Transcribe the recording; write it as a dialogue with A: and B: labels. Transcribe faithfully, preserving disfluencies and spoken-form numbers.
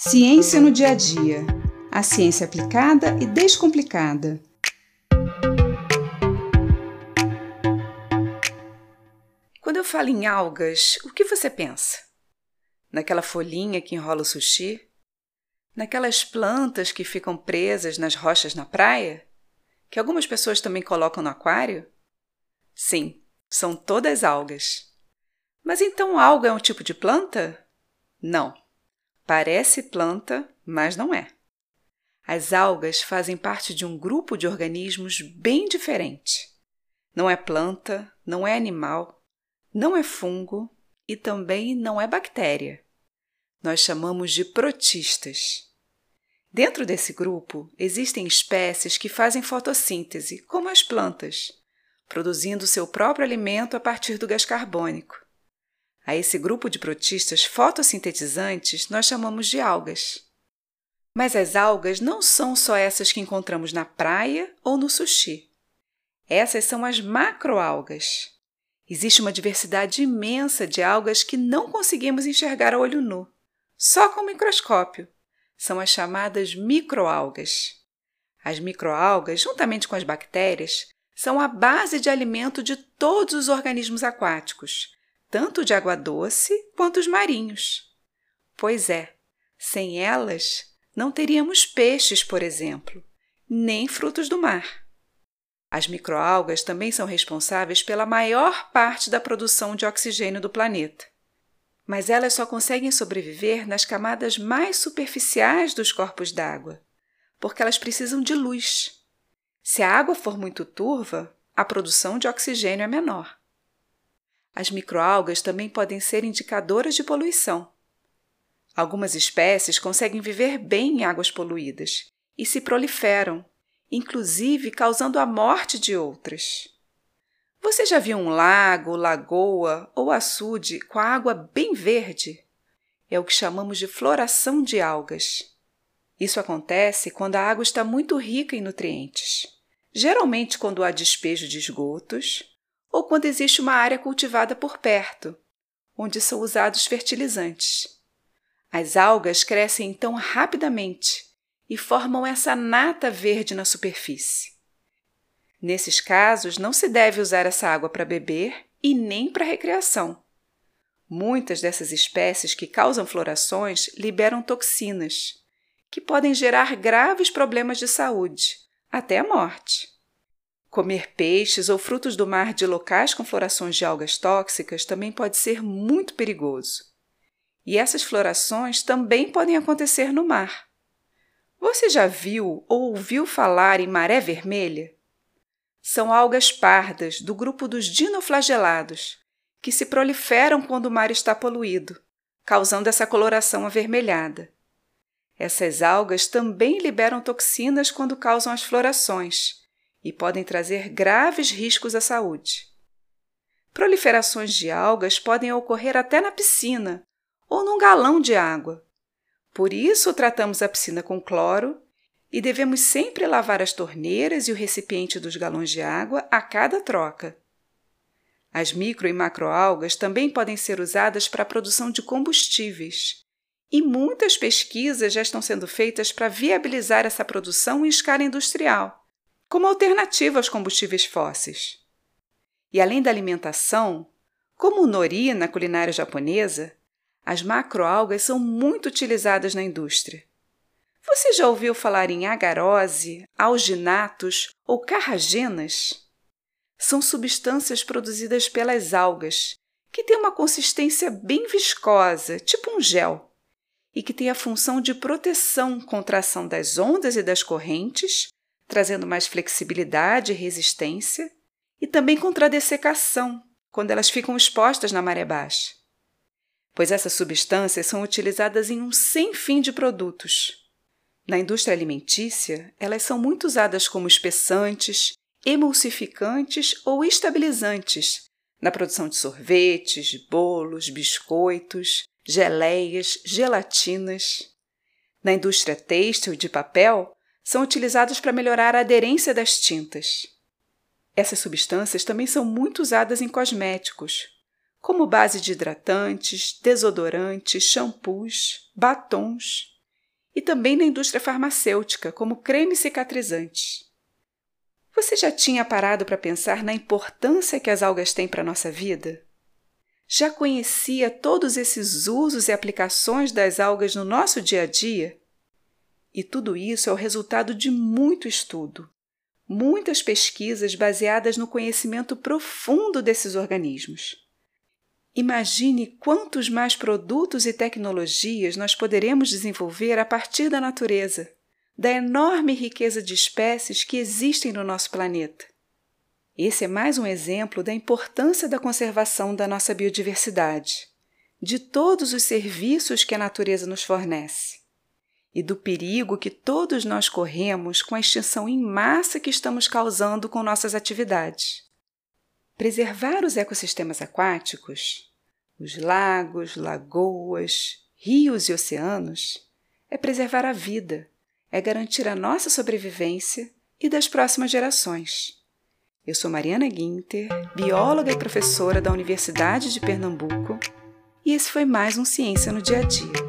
A: Ciência no dia a dia. A ciência aplicada e descomplicada. Quando eu falo em algas, o que você pensa? Naquela folhinha que enrola o sushi? Naquelas plantas que ficam presas nas rochas na praia? Que algumas pessoas também colocam no aquário? Sim, são todas algas. Mas então alga é um tipo de planta? Não. Parece planta, mas não é. As algas fazem parte de um grupo de organismos bem diferente. Não é planta, não é animal, não é fungo e também não é bactéria. Nós chamamos de protistas. Dentro desse grupo, existem espécies que fazem fotossíntese, como as plantas, produzindo seu próprio alimento a partir do gás carbônico. A esse grupo de protistas fotossintetizantes nós chamamos de algas. Mas as algas não são só essas que encontramos na praia ou no sushi. Essas são as macroalgas. Existe uma diversidade imensa de algas que não conseguimos enxergar a olho nu, só com o microscópio. São as chamadas microalgas. As microalgas, juntamente com as bactérias, são a base de alimento de todos os organismos aquáticos, tanto de água doce quanto os marinhos. Pois é, sem elas, não teríamos peixes, por exemplo, nem frutos do mar. As microalgas também são responsáveis pela maior parte da produção de oxigênio do planeta. Mas elas só conseguem sobreviver nas camadas mais superficiais dos corpos d'água, porque elas precisam de luz. Se a água for muito turva, a produção de oxigênio é menor. As microalgas também podem ser indicadoras de poluição. Algumas espécies conseguem viver bem em águas poluídas e se proliferam, inclusive causando a morte de outras. Você já viu um lago, lagoa ou açude com a água bem verde? É o que chamamos de floração de algas. Isso acontece quando a água está muito rica em nutrientes, geralmente quando há despejo de esgotos ou quando existe uma área cultivada por perto, onde são usados fertilizantes. As algas crescem então rapidamente e formam essa nata verde na superfície. Nesses casos, não se deve usar essa água para beber e nem para recreação. Muitas dessas espécies que causam florações liberam toxinas, que podem gerar graves problemas de saúde, até a morte. Comer peixes ou frutos do mar de locais com florações de algas tóxicas também pode ser muito perigoso. E essas florações também podem acontecer no mar. Você já viu ou ouviu falar em maré vermelha? São algas pardas do grupo dos dinoflagelados, que se proliferam quando o mar está poluído, causando essa coloração avermelhada. Essas algas também liberam toxinas quando causam as florações e podem trazer graves riscos à saúde. Proliferações de algas podem ocorrer até na piscina ou num galão de água. Por isso, tratamos a piscina com cloro e devemos sempre lavar as torneiras e o recipiente dos galões de água a cada troca. As micro e macroalgas também podem ser usadas para a produção de combustíveis, e muitas pesquisas já estão sendo feitas para viabilizar essa produção em escala industrial, como alternativa aos combustíveis fósseis. E além da alimentação, como o nori na culinária japonesa, as macroalgas são muito utilizadas na indústria. Você já ouviu falar em agarose, alginatos ou carragenas? São substâncias produzidas pelas algas, que têm uma consistência bem viscosa, tipo um gel, e que têm a função de proteção contra a ação das ondas e das correntes, trazendo mais flexibilidade e resistência, e também contra a dessecação, quando elas ficam expostas na maré baixa. Pois essas substâncias são utilizadas em um sem fim de produtos. Na indústria alimentícia, elas são muito usadas como espessantes, emulsificantes ou estabilizantes, na produção de sorvetes, bolos, biscoitos, geleias, gelatinas. Na indústria têxtil e de papel, são utilizados para melhorar a aderência das tintas. Essas substâncias também são muito usadas em cosméticos, como base de hidratantes, desodorantes, shampoos, batons e também na indústria farmacêutica, como cremes cicatrizantes. Você já tinha parado para pensar na importância que as algas têm para a nossa vida? Já conhecia todos esses usos e aplicações das algas no nosso dia a dia? E tudo isso é o resultado de muito estudo, muitas pesquisas baseadas no conhecimento profundo desses organismos. Imagine quantos mais produtos e tecnologias nós poderemos desenvolver a partir da natureza, da enorme riqueza de espécies que existem no nosso planeta. Esse é mais um exemplo da importância da conservação da nossa biodiversidade, de todos os serviços que a natureza nos fornece, e do perigo que todos nós corremos com a extinção em massa que estamos causando com nossas atividades. Preservar os ecossistemas aquáticos, os lagos, lagoas, rios e oceanos, é preservar a vida, é garantir a nossa sobrevivência e das próximas gerações. Eu sou Mariana Guinter, bióloga e professora da Universidade de Pernambuco, e esse foi mais um Ciência no Dia a Dia.